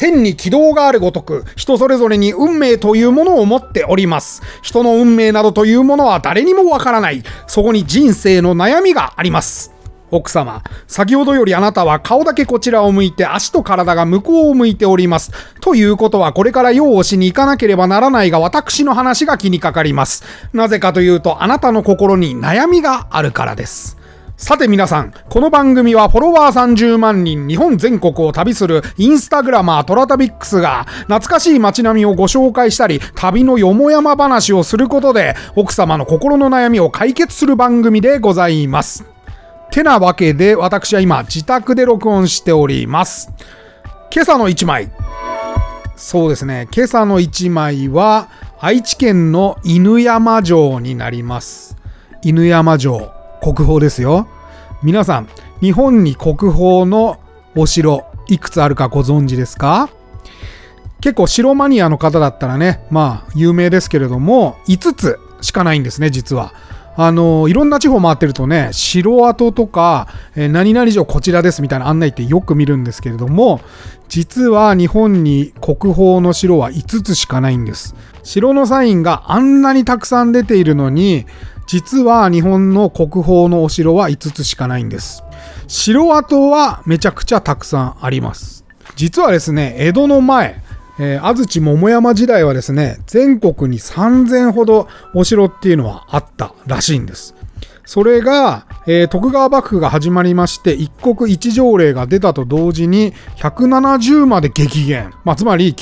天に軌道があるごとく、人それぞれに運命というものを持っております。人の運命などというものは誰にもわからない。そこに人生の悩みがあります。奥様、先ほどよりあなたは顔だけこちらを向いて足と体が向こうを向いております。ということはこれから用をしに行かなければならないが私の話が気にかかります。なぜかというとあなたの心に悩みがあるからです。さて皆さん、この番組はフォロワー30万人日本全国を旅するインスタグラマートラタビックスが懐かしい街並みをご紹介したり旅のよもやま話をすることで奥様の心の悩みを解決する番組でございます。てなわけで私は今自宅で録音しております。今朝の一枚。そうですね。今朝の一枚は愛知県の犬山城になります。犬山城、国宝ですよ。皆さん、日本に国宝のお城いくつあるかご存知ですか？結構城マニアの方だったらね、有名ですけれども、5つしかないんですね、実は。いろんな地方回ってるとね、城跡とか、何々城こちらですみたいな案内ってよく見るんですけれども、実は日本に国宝の城は5つしかないんです。城のサインがあんなにたくさん出ているのに、実は日本の国宝のお城は5つしかないんです。城跡はめちゃくちゃたくさんあります。実はですね、江戸の前、安土桃山時代はですね、全国に3000ほどお城っていうのはあったらしいんです。それが、徳川幕府が始まりまして、一国一条例が出たと同時に170まで激減。つまり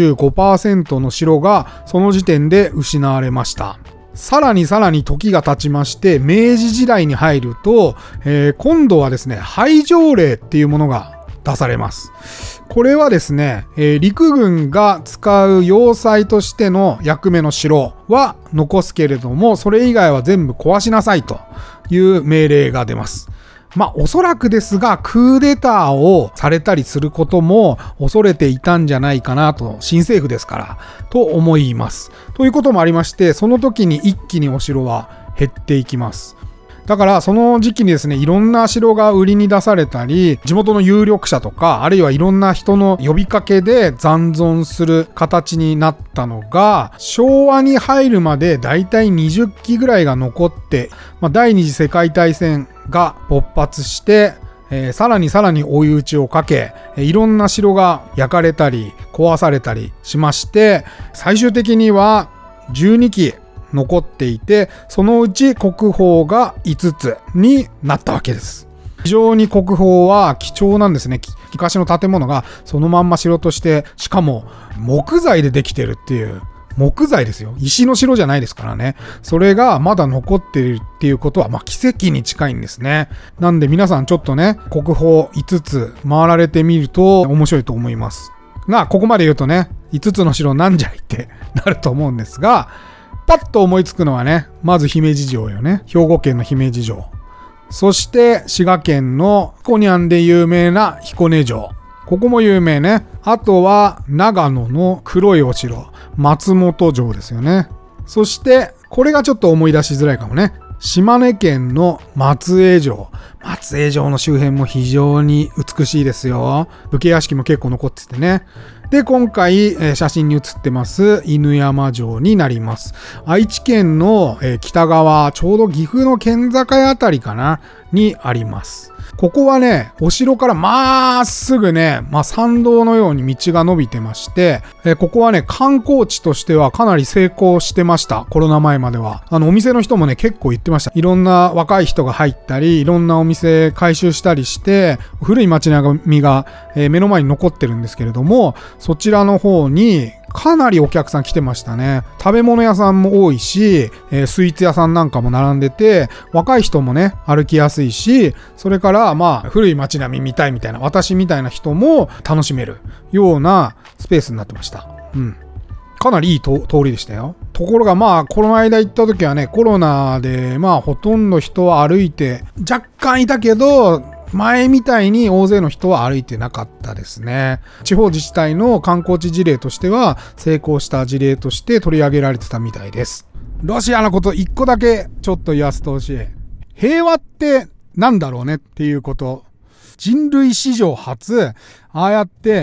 95% の城がその時点で失われました。さらに時が経ちまして、明治時代に入ると、今度はですね、廃城令っていうものが出されます。これはですね、陸軍が使う要塞としての役目の城は残すけれども、それ以外は全部壊しなさいという命令が出ます。おそらくですが、クーデターをされたりすることも恐れていたんじゃないかなと、新政府ですから、と思います。ということもありまして、その時に一気にお城は減っていきます。だからその時期にですね、いろんな城が売りに出されたり、地元の有力者とか、あるいはいろんな人の呼びかけで残存する形になったのが、昭和に入るまでだいたい20基ぐらいが残って、第二次世界大戦が勃発して、さらに追い打ちをかけ、いろんな城が焼かれたり壊されたりしまして、最終的には12基残っていて、そのうち国宝が5つになったわけです。非常に国宝は貴重なんですね。昔の建物がそのまんま城として、しかも木材でできてるっていう、木材ですよ。石の城じゃないですからね。それがまだ残っているっていうことは、奇跡に近いんですね。なんで皆さんちょっとね、国宝5つ回られてみると面白いと思います。ここまで言うとね、5つの城なんじゃいってなると思うんですが、パッと思いつくのはね、まず姫路城よね。兵庫県の姫路城。そして滋賀県の彦にゃんで有名な彦根城。ここも有名ね。あとは長野の黒いお城、松本城ですよね。そしてこれがちょっと思い出しづらいかもね。島根県の松江城。松江城の周辺も非常に美しいですよ。武家屋敷も結構残っててね。で、今回、写真に写ってます犬山城になります。愛知県の、北側、ちょうど岐阜の県境あたりかなにあります。ここはね、お城からまっすぐね、参道のように道が伸びてまして、ここはね、観光地としてはかなり成功してました。コロナ前までは。お店の人もね、結構行ってました。いろんな若い人が入ったり、いろんなお店改修したりして、古い街並みが、目の前に残ってるんですけれども、そちらの方にかなりお客さん来てましたね。食べ物屋さんも多いし、スイーツ屋さんなんかも並んでて、若い人もね、歩きやすいし、それから古い街並み見たいみたいな、私みたいな人も楽しめるようなスペースになってました。かなりいい通りでしたよ。ところがこの間行った時はね、コロナでほとんど人は歩いて、若干いたけど、前みたいに大勢の人は歩いてなかったですね。地方自治体の観光地事例としては成功した事例として取り上げられてたみたいです。ロシアのこと一個だけちょっと言わせてほしい。平和ってなんだろうねっていうこと。人類史上初、ああやって一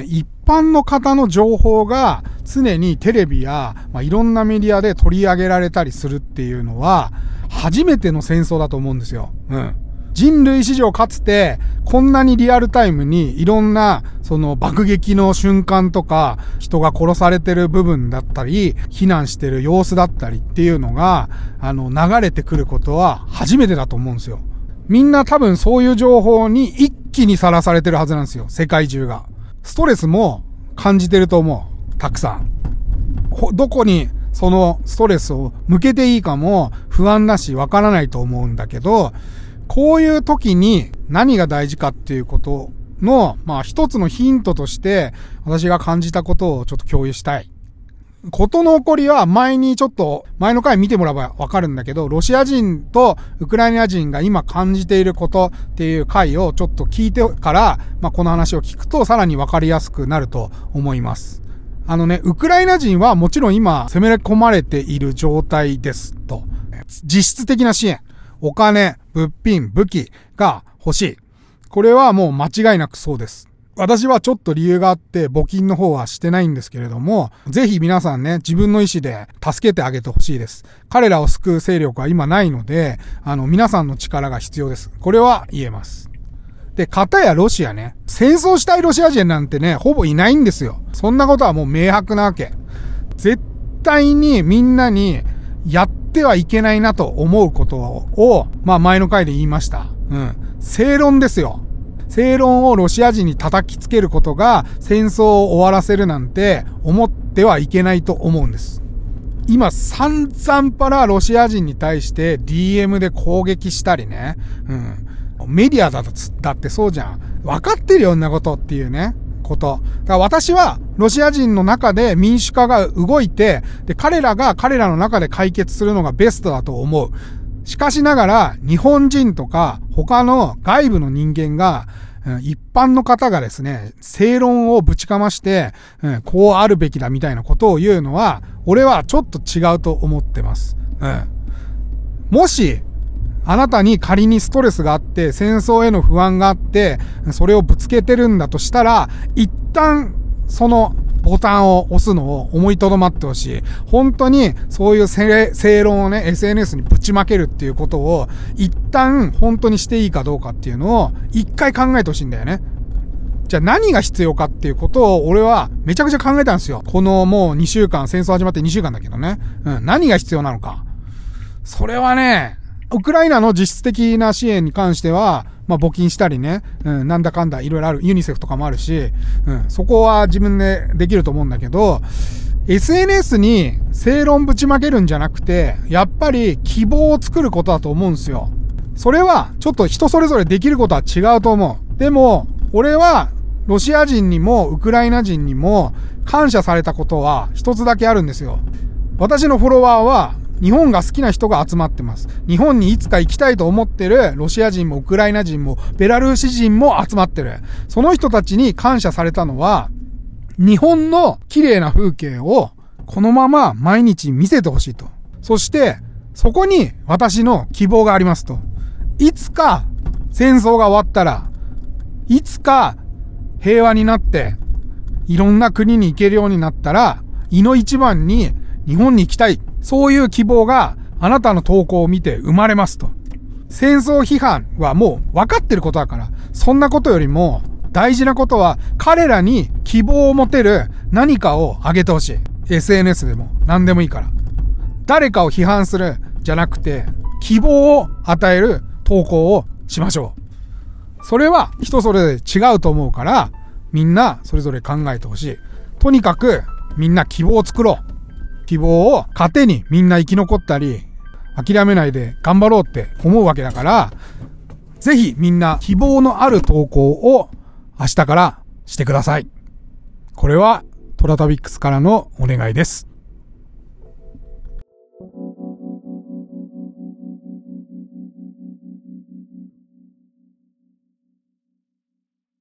般の方の情報が常にテレビや、いろんなメディアで取り上げられたりするっていうのは、初めての戦争だと思うんですよ。人類史上かつて、こんなにリアルタイムにいろんな、爆撃の瞬間とか、人が殺されてる部分だったり、避難してる様子だったりっていうのが、流れてくることは初めてだと思うんですよ。みんな多分そういう情報に一気にさらされてるはずなんですよ。世界中が。ストレスも感じてると思う。たくさん。どこにそのストレスを向けていいかも不安だしわからないと思うんだけど、こういう時に何が大事かっていうことの、一つのヒントとして私が感じたことをちょっと共有したい。ことの起こりは前の回見てもらえばわかるんだけど、ロシア人とウクライナ人が今感じていることっていう回をちょっと聞いてから、この話を聞くとさらにわかりやすくなると思います。ウクライナ人はもちろん今攻め込まれている状態ですと。実質的な支援。お金、物品、武器が欲しい。これはもう間違いなくそうです。私はちょっと理由があって募金の方はしてないんですけれども、ぜひ皆さんね、自分の意思で助けてあげてほしいです。彼らを救う勢力は今ないので、皆さんの力が必要です。これは言えます。で、片やロシアね、戦争したいロシア人なんてね、ほぼいないんですよ。そんなことはもう明白なわけ。絶対にみんなにやってはいけないなと思うことを、前の回で言いました。正論ですよ。正論をロシア人に叩きつけることが戦争を終わらせるなんて思ってはいけないと思うんです。今散々パラロシア人に対して DM で攻撃したりね。メディアだってそうじゃん。分かってるよ、んなことっていうね。こと。だから私はロシア人の中で民主化が動いて、で、彼らが彼らの中で解決するのがベストだと思う。しかしながら、日本人とか他の外部の人間が、一般の方がですね、正論をぶちかまして、こうあるべきだみたいなことを言うのは、俺はちょっと違うと思ってます。もし、あなたに仮にストレスがあって、戦争への不安があって、それをぶつけてるんだとしたら、一旦、そのボタンを押すのを思いとどまってほしい。本当にそういう正論をね、SNS にぶちまけるっていうことを、一旦本当にしていいかどうかっていうのを、一回考えてほしいんだよね。じゃあ何が必要かっていうことを俺はめちゃくちゃ考えたんですよ。このもう2週間、戦争始まって2週間だけどね。何が必要なのか。それはね、ウクライナの実質的な支援に関しては、募金したりね、なんだかんだいろいろある、ユニセフとかもあるし、そこは自分でできると思うんだけど、SNS に正論ぶちまけるんじゃなくて、やっぱり希望を作ることだと思うんですよ。それはちょっと人それぞれできることは違うと思う。でも、俺はロシア人にもウクライナ人にも感謝されたことは一つだけあるんですよ。私のフォロワーは日本が好きな人が集まってます。日本にいつか行きたいと思ってるロシア人もウクライナ人もベラルーシ人も集まってる。その人たちに感謝されたのは、日本の綺麗な風景をこのまま毎日見せてほしいと。そして、そこに私の希望がありますと。いつか戦争が終わったら、いつか平和になって、いろんな国に行けるようになったら、いの一番に日本に行きたい。そういう希望があなたの投稿を見て生まれますと。戦争批判はもう分かってることだから、そんなことよりも大事なことは彼らに希望を持てる何かをあげてほしい。SNS でも何でもいいから。誰かを批判するじゃなくて、希望を与える投稿をしましょう。それは人それぞれ違うと思うから、みんなそれぞれ考えてほしい。とにかくみんな希望を作ろう。希望を糧にみんな生き残ったり、諦めないで頑張ろうって思うわけだから、ぜひみんな希望のある投稿を明日からしてください。これはトラタビックスからのお願いです。